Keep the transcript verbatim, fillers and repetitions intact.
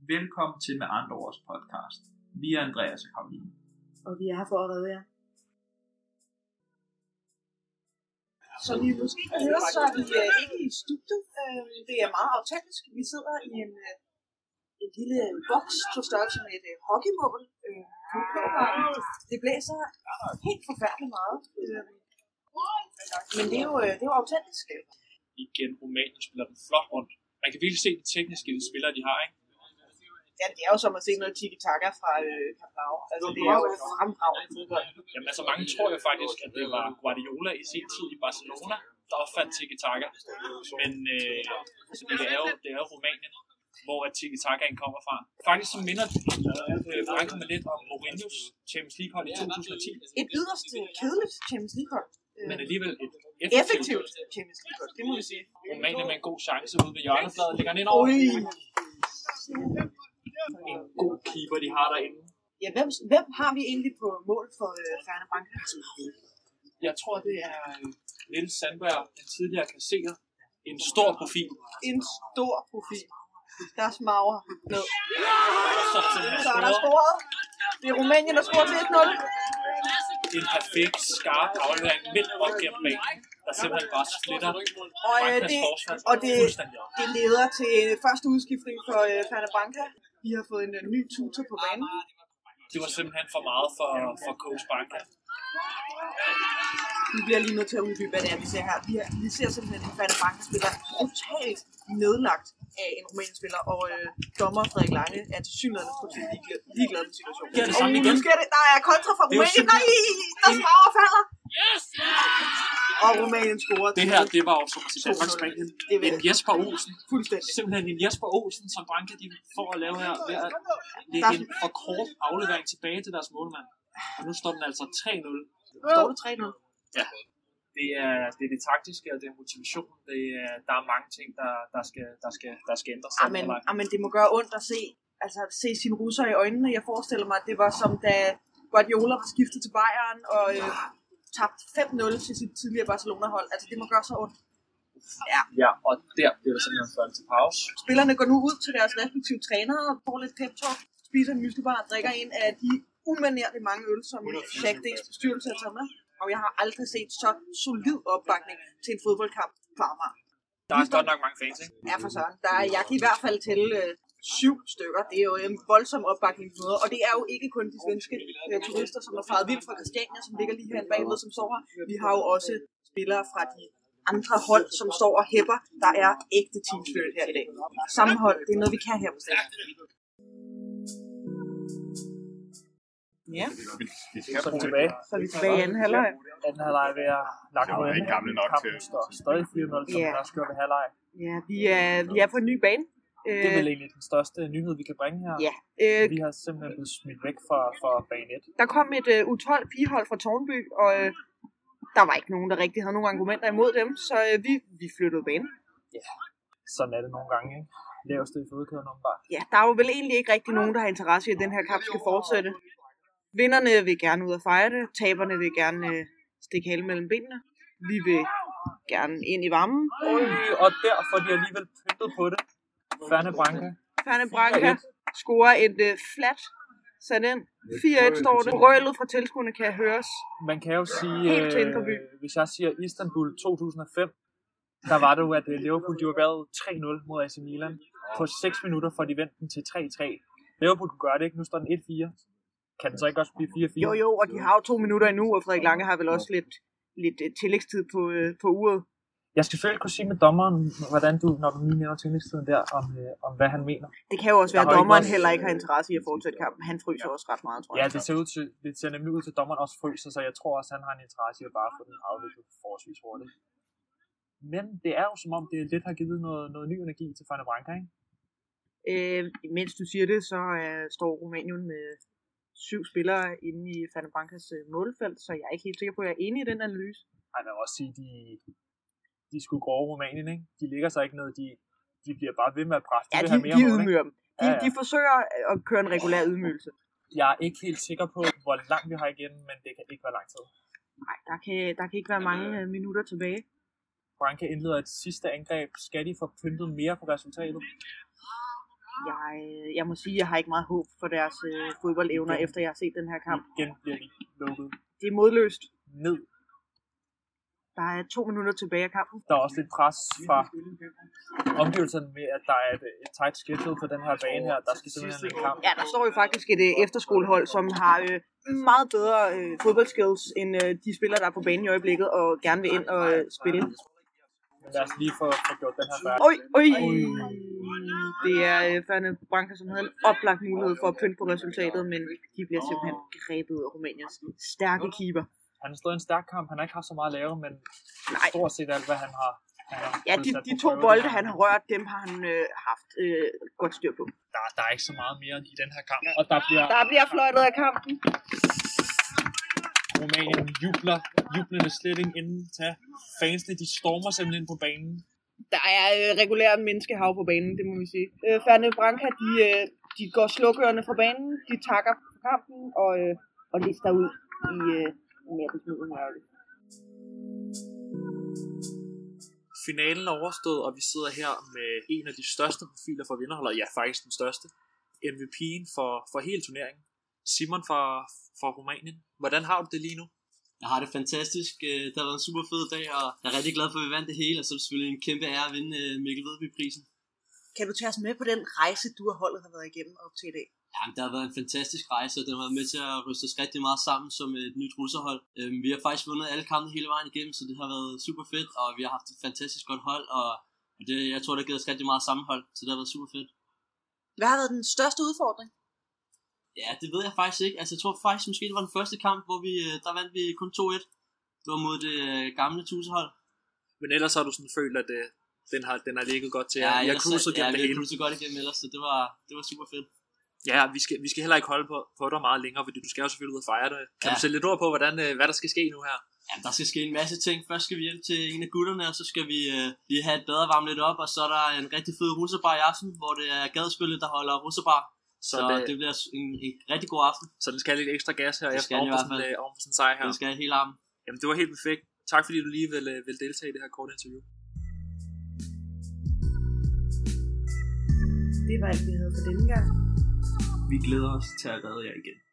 Velkommen til Med Andre Ords podcast. Vi er Andreas og Karoline. Og vi er her for at redde jer. Så vi måske kan høre, så er vi uh, ikke i studiet. Uh, det er meget autentisk. Vi sidder i en, uh, en lille boks på størrelse med et uh, hockeymål. Uh, det blæser helt forfærdeligt meget. Uh, men det er jo, uh, det er jo autentisk. Igen, Rumænien spiller den flot rundt. Man kan virkelig se de tekniske spillere, de har, ikke? Ja, det er jo som at se noget tiki-taka fra øh, Camp Nou. Altså, det er jo fremragende fodbold. Jamen altså, mange tror jo faktisk, at det var Guardiola i sin tid i Barcelona, der opfandt tiki-taka. Men øh, det, er jo, det er jo Rumænien, hvor tiki-takaen kommer fra. Faktisk så minder øh, Branko med lidt om Mourinhos Champions League-hold i to tusind og ti. Et yderst kedeligt Champions League-hold. Men alligevel et effektivt, effektivt Champions League-hold, det må vi sige. Rumænien med en god chance ude ved hjørnefladen, lægger den ind over. Ui. En god keeper, de har derinde. Ja, hvem, hvem har vi egentlig på mål for øh, Fenerbahçe? Jeg tror, det er øh, Niels Sandberg, den tidligere kasserer. En stor profil. En stor profil. Der smager ned. Så er der, Så er der scoret. Det er Rumænien, der scorer til et nul. En perfekt, skarp aflevering midt op gennem banen, der simpelthen bare splitter og, øh, det, og det, det leder til første udskiftning for øh, Fenerbahçe. Vi har fået en uh, ny tutor på banen. Det var simpelthen for meget for, for Coach Banca. Vi bliver lige nødt til at uddybe, hvad det er, vi ser her. Vi, har, vi ser simpelthen en Fenerbahçe-spiller totalt nedlagt af en rumænsk spiller, og øh, dommer Frederik Lange er til synligheden på til ligeglad med situationen. Ja, det samme igen. Og det, der er kontra fra Rumænien. Nej, der smager og falder. Yes! Og Rumænien scorer. Det her, det var jo som at sige Danmarks Spanien. En Jesper Olsen. Fuldstændig. Simpelthen en Jesper Olsen, som Branca de får at lave her, ved at lægge en for kort aflevering tilbage til deres målmand. Og nu står den altså tre nul. Står det tre nul? Ja. Det er, det er det taktiske, og det er motivationen. Det er, der er mange ting, der, der, skal, der, skal, der skal ændres. Amen, amen, det må gøre ondt at se, altså at se sine russer i øjnene. Jeg forestiller mig, at det var som da Guardiola var skiftet til Bayern og øh, tabt fem nul til sit tidligere Barcelona-hold. Altså det må gøre så ondt. Ja, ja, og der bliver der simpelthen ført til pause. Spillerne går nu ud til deres respektive trænere og får lidt pep-talk, spiser en myslibar og drikker en af de umanerede mange øl, som Jack D's bestyrelse har taget med. Og jeg har aldrig set så solid opbakning til en fodboldkamp på Amager. Der er godt nok mange fans, ikke? Ja, for søren. Der er, jeg kan i hvert fald tælle øh, syv stykker. Det er jo en voldsom opbakning på noget. Og det er jo ikke kun de svenske øh, turister, som er faret vildt fra Christiania, som ligger lige her bagved, som står her. Vi har jo også spillere fra de andre hold, som står og hæpper. Der er ægte teamspirit her i dag. Sammenhold, det er noget, vi kan her på stedet. Ja, så er vi tilbage. Så er vi tilbage i anden halvleg. Anden halvleg ved at lagt på enden. Kampen står stadig fire nul, som den også gjorde ved halvleg. Ja, vi er, vi er på en ny bane. Det er vel egentlig den største nyhed, vi kan bringe her. Ja. Øh, vi har simpelthen blevet smidt væk fra, fra bane et. Der kom et uh, U tolv pigehold fra Tårnby, og uh, der var ikke nogen, der rigtig havde nogle argumenter imod dem, så uh, vi, vi flyttede banen. Ja, sådan er det nogle gange, ikke? Laveste i fodkæden åbenbart. Ja, der er jo vel egentlig ikke rigtig nogen, der har interesse i, at den her kamp skal fortsætte. Vinderne vil gerne ud og fejre det, taberne vil gerne uh, stikke halen mellem benene. Vi vil gerne ind i varmen. Øj, og der får de alligevel pyntet på det. Fenerbahçe. Fenerbahçe scorer et uh, flat sat ind. fire et står det. Brølet fra tilskuerne kan høres. Man kan jo sige, øh, hvis jeg siger Istanbul to tusind og fem, der var det jo, at Liverpool de var bagud tre nul mod A C Milan. På seks minutter får de vendt den til tre tre. Liverpool kunne gøre det ikke, nu står den et fire. Kan den så ikke også blive fire fire? Jo jo, og de har jo to minutter endnu, og Frederik Lange har vel også lidt, lidt tillægstid på, øh, på uret. Jeg skal selvfølgelig kunne sige med dommeren, hvordan du, når du lige nævner tillægstiden der, om, øh, om hvad han mener. Det kan jo også være, at dommeren heller ikke har interesse i at fortsætte kampen. Han fryser også ret meget, tror jeg. Ja, det ser, ud til, det ser nemlig ud til, at dommeren også fryser, så jeg tror også, at han har en interesse i at bare få den afviklet forholdsvis hurtigt. Men det er jo som om, det lidt har givet noget, noget ny energi til Fenerbahçe, ikke? Øh, mens du siger det, så øh, står Rumænien med syv spillere inde i Fenerbahçes øh, målfelt, så jeg er ikke helt sikker på, at jeg er enig i den analyse. Ej, man vil også sige, de, de skulle grove Rumænien, ikke? De ligger sig ikke ned, de, de bliver bare ved med at presse. Ja, de, de, de ydmyger dem. De, ja, ja. de forsøger at køre en regulær ydmygelse. Jeg er ikke helt sikker på, hvor langt vi har igen, men det kan ikke være lang tid. Nej, der kan, der kan ikke være mange øh, minutter tilbage. Branca indleder et sidste angreb. Skal de få pyntet mere på resultatet? Jeg, jeg må sige, at jeg har ikke meget håb for deres øh, fodboldevner, efter jeg har set den her kamp. Igen bliver de lukket Det er modløst. ned. Der er to minutter tilbage af kampen. Der er også lidt pres fra omgivelserne med, at der er et, et tight schedule på den her bane her. Der skal simpelthen en kamp. Ja, der står jo faktisk et øh, efterskolehold, som har øh, meget bedre øh, fodboldskills, end øh, de spillere, der er på banen i øjeblikket, og gerne vil ind og øh, spille. Men lad os lige få, få gjort den her færdig. Oj, oj! Det er øh, Ferne Branca, som havde en oplagt mulighed for at pynte på resultatet, men de bliver simpelthen grebet ud af Rumæniens stærke keeper. Han har stået en stærk kamp. Han har ikke haft så meget at lave, men Nej. stort set alt, hvad han har. Han har Ja, de, de to bolde, han har rørt, dem har han øh, haft øh, godt styr på. Der, der er ikke så meget mere i den her kamp. Og der bliver Der bliver fløjtet af kampen. Rumænien jubler. Jublende slet ikke inden til fansene. De stormer simpelthen på banen. Der er øh, regulært menneskehav på banen, det må vi sige. Øh, Ferne Branca, de, øh, de går slukørende fra banen, de takker for kampen og, øh, og lister ud i øh, nattens mørke. Finalen er overstået, og vi sidder her med en af de største profiler for vinderholdet. Ja, faktisk den største. M V P'en for, for hele turneringen. Simon fra, fra Rumænien. Hvordan har du det lige nu? Jeg har det fantastisk. Det har været en super fed dag, og jeg er rigtig glad for, at vi vandt det hele, og så er det selvfølgelig en kæmpe ære at vinde Mikkel Vedby-prisen. Kan du tage os med på den rejse, du og holdet har været igennem op til i dag? Jamen, det har været en fantastisk rejse, og den har været med til at ryste os rigtig meget sammen som et nyt russerhold. Vi har faktisk vundet alle kampe hele vejen igennem, så det har været super fedt, og vi har haft et fantastisk godt hold, og det, jeg tror, det har givet os rigtig meget sammenhold, så det har været super fedt. Hvad har været den største udfordring? Ja, det ved jeg faktisk ikke. Altså, jeg tror faktisk, måske det var den første kamp, hvor vi, der vandt vi kun to et. Det var mod det gamle tusehold. Men ellers har du sådan følt, at det, den, har, den har ligget godt til. Ja, jeg cruiset ja, gennem det det hele. Ja, vi cruiset godt igennem ellers, så det var, det var super fedt. Ja, vi skal, vi skal heller ikke holde på, på dig meget længere, fordi du skal jo selvfølgelig ud og fejre det. Kan ja. du sætte lidt ord på, hvordan, hvad der skal ske nu her? Ja, der skal ske en masse ting. Først skal vi hjem til en af gutterne, og så skal vi øh, lige have et bad og varme lidt op, og så er der en rigtig fed russerbar i aften, hvor det er gadespillet, der holder russerbar. Så, så det, det bliver en, en rigtig god aften. Så den skal have lidt ekstra gas her det efter oven på sådan en sejr her. Det skal have hele armen. Jamen det var helt perfekt. Tak fordi du lige vil, vil deltage i det her korte interview. Det var alt vi havde for denne gang. Vi glæder os til at redde jer igen.